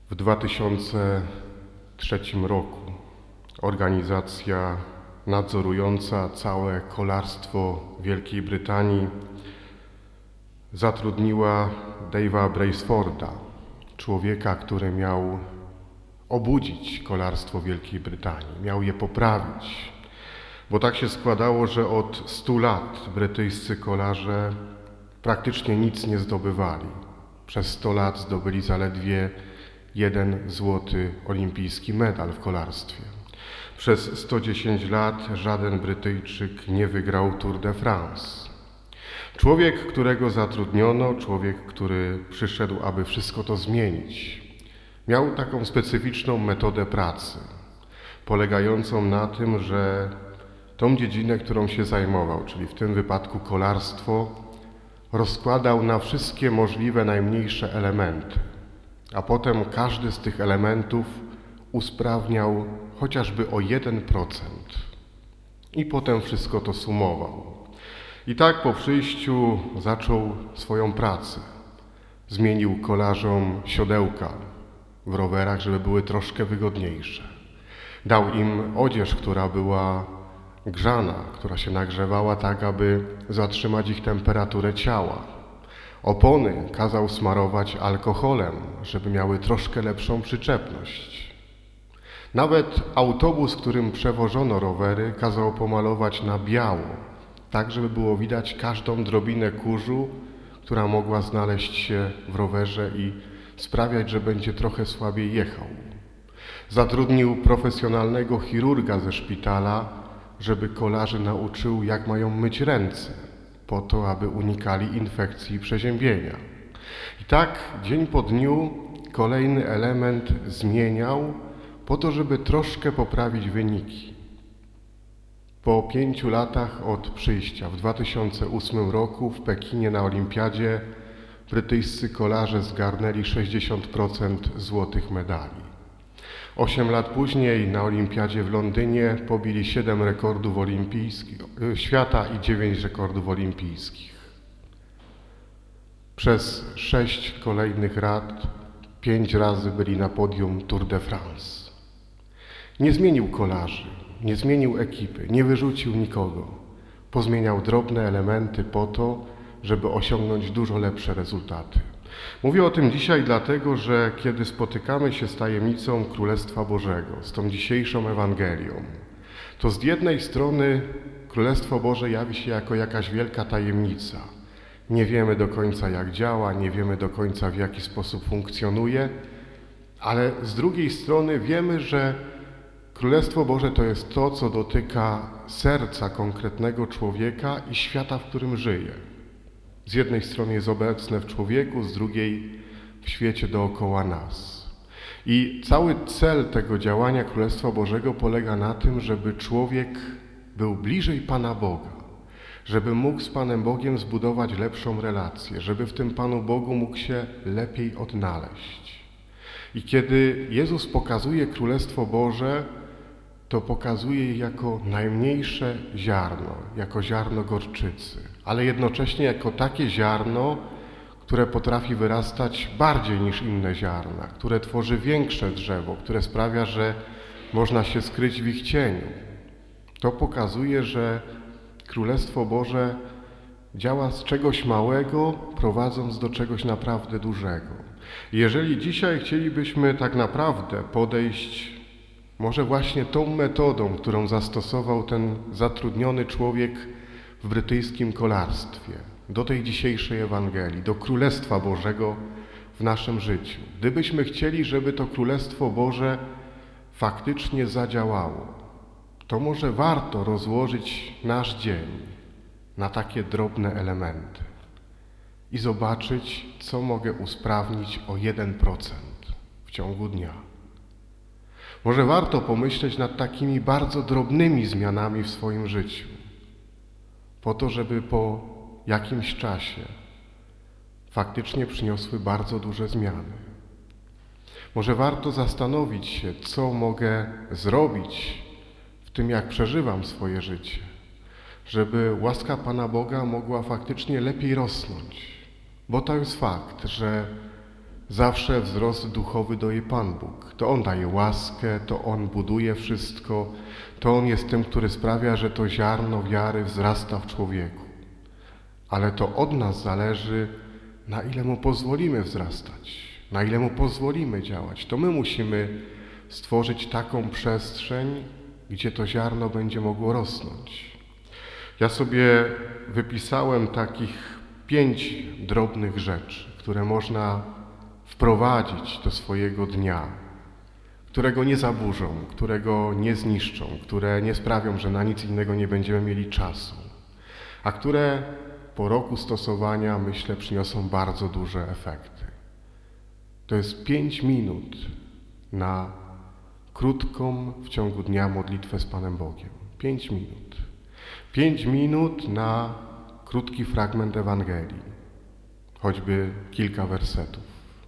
W 2003 roku organizacja nadzorująca całe kolarstwo Wielkiej Brytanii zatrudniła Dave'a Braceforda, człowieka, który miał obudzić kolarstwo Wielkiej Brytanii, miał je poprawić, bo tak się składało, że od 100 lat brytyjscy kolarze praktycznie nic nie zdobywali. Przez 100 lat zdobyli zaledwie jeden złoty olimpijski medal w kolarstwie. Przez 110 lat żaden Brytyjczyk nie wygrał Tour de France. Człowiek, którego zatrudniono, człowiek, który przyszedł, aby wszystko to zmienić, miał taką specyficzną metodę pracy, polegającą na tym, że tą dziedzinę, którą się zajmował, czyli w tym wypadku kolarstwo, rozkładał na wszystkie możliwe najmniejsze elementy, a potem każdy z tych elementów usprawniał chociażby o 1%. I potem wszystko to sumował. I tak po przyjściu zaczął swoją pracę. Zmienił kolarzom siodełka w rowerach, żeby były troszkę wygodniejsze. Dał im odzież, która była grzana, która się nagrzewała tak, aby zatrzymać ich temperaturę ciała. Opony kazał smarować alkoholem, żeby miały troszkę lepszą przyczepność. Nawet autobus, którym przewożono rowery, kazał pomalować na biało, tak żeby było widać każdą drobinę kurzu, która mogła znaleźć się w rowerze i sprawiać, że będzie trochę słabiej jechał. Zatrudnił profesjonalnego chirurga ze szpitala, żeby kolarzy nauczył, jak mają myć ręce, po to, aby unikali infekcji i przeziębienia. I tak dzień po dniu kolejny element zmieniał, po to, żeby troszkę poprawić wyniki. Po 5 latach od przyjścia w 2008 roku w Pekinie na olimpiadzie brytyjscy kolarze zgarnęli 60% złotych medali. 8 lat później na olimpiadzie w Londynie pobili 7 rekordów świata i 9 rekordów olimpijskich. Przez 6 kolejnych lat 5 razy byli na podium Tour de France. Nie zmienił kolarzy, nie zmienił ekipy, nie wyrzucił nikogo. Pozmieniał drobne elementy po to, żeby osiągnąć dużo lepsze rezultaty. Mówię o tym dzisiaj dlatego, że kiedy spotykamy się z tajemnicą Królestwa Bożego, z tą dzisiejszą Ewangelią, to z jednej strony Królestwo Boże jawi się jako jakaś wielka tajemnica. Nie wiemy do końca, jak działa, nie wiemy do końca, w jaki sposób funkcjonuje, ale z drugiej strony wiemy, że Królestwo Boże to jest to, co dotyka serca konkretnego człowieka i świata, w którym żyje. Z jednej strony jest obecne w człowieku, z drugiej w świecie dookoła nas. I cały cel tego działania Królestwa Bożego polega na tym, żeby człowiek był bliżej Pana Boga, żeby mógł z Panem Bogiem zbudować lepszą relację, żeby w tym Panu Bogu mógł się lepiej odnaleźć. I kiedy Jezus pokazuje Królestwo Boże, to pokazuje je jako najmniejsze ziarno, jako ziarno gorczycy, ale jednocześnie jako takie ziarno, które potrafi wyrastać bardziej niż inne ziarna, które tworzy większe drzewo, które sprawia, że można się skryć w ich cieniu. To pokazuje, że Królestwo Boże działa z czegoś małego, prowadząc do czegoś naprawdę dużego. Jeżeli dzisiaj chcielibyśmy tak naprawdę podejść może właśnie tą metodą, którą zastosował ten zatrudniony człowiek w brytyjskim kolarstwie, do tej dzisiejszej Ewangelii, do Królestwa Bożego w naszym życiu. Gdybyśmy chcieli, żeby to Królestwo Boże faktycznie zadziałało, to może warto rozłożyć nasz dzień na takie drobne elementy i zobaczyć, co mogę usprawnić o 1% w ciągu dnia. Może warto pomyśleć nad takimi bardzo drobnymi zmianami w swoim życiu, po to, żeby po jakimś czasie faktycznie przyniosły bardzo duże zmiany. Może warto zastanowić się, co mogę zrobić w tym, jak przeżywam swoje życie, żeby łaska Pana Boga mogła faktycznie lepiej rosnąć, bo to jest fakt, że Zawsze wzrost duchowy daje Pan Bóg. To On daje łaskę, to On buduje wszystko, to On jest tym, który sprawia, że to ziarno wiary wzrasta w człowieku. Ale to od nas zależy, na ile Mu pozwolimy wzrastać, na ile Mu pozwolimy działać. To my musimy stworzyć taką przestrzeń, gdzie to ziarno będzie mogło rosnąć. Ja sobie wypisałem takich 5 drobnych rzeczy, które można wprowadzić do swojego dnia, które go nie zaburzą, które go nie zniszczą, które nie sprawią, że na nic innego nie będziemy mieli czasu, a które po roku stosowania, myślę, przyniosą bardzo duże efekty. To jest 5 minut na krótką w ciągu dnia modlitwę z Panem Bogiem. 5 minut. 5 minut na krótki fragment Ewangelii, choćby kilka wersetów.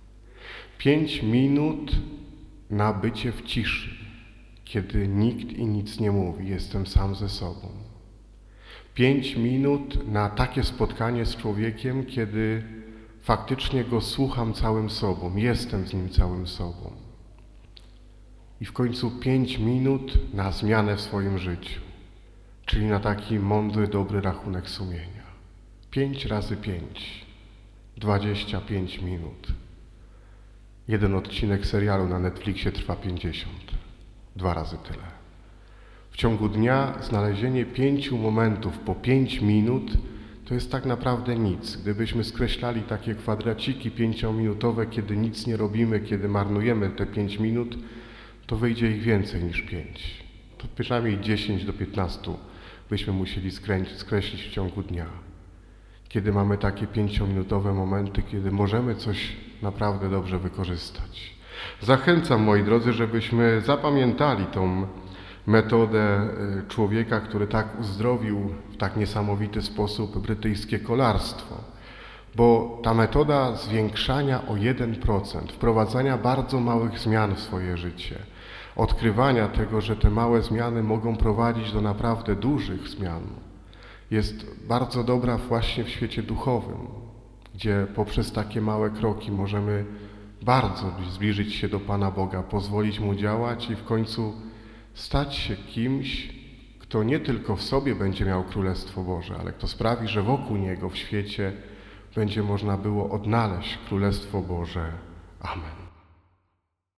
5 minut na bycie w ciszy, kiedy nikt i nic nie mówi, jestem sam ze sobą. 5 minut na takie spotkanie z człowiekiem, kiedy faktycznie go słucham całym sobą, jestem z nim całym sobą. I w końcu 5 minut na zmianę w swoim życiu, czyli na taki mądry, dobry rachunek sumienia. 5 razy 5, 25 minut. Jeden odcinek serialu na Netflixie trwa 50, 2 razy tyle. W ciągu dnia znalezienie 5 momentów po 5 minut to jest tak naprawdę nic. Gdybyśmy skreślali takie kwadraciki 5-minutowe, kiedy nic nie robimy, kiedy marnujemy te 5 minut, to wyjdzie ich więcej niż 5. To przynajmniej 10 do 15 byśmy musieli skreślić w ciągu dnia. Kiedy mamy takie 5-minutowe momenty, kiedy możemy coś naprawdę dobrze wykorzystać. Zachęcam, moi drodzy, żebyśmy zapamiętali tą metodę człowieka, który tak uzdrowił w tak niesamowity sposób brytyjskie kolarstwo. Bo ta metoda zwiększania o 1%, wprowadzania bardzo małych zmian w swoje życie, odkrywania tego, że te małe zmiany mogą prowadzić do naprawdę dużych zmian, jest bardzo dobra właśnie w świecie duchowym, gdzie poprzez takie małe kroki możemy bardzo zbliżyć się do Pana Boga, pozwolić Mu działać i w końcu stać się kimś, kto nie tylko w sobie będzie miał Królestwo Boże, ale kto sprawi, że wokół Niego w świecie będzie można było odnaleźć Królestwo Boże. Amen.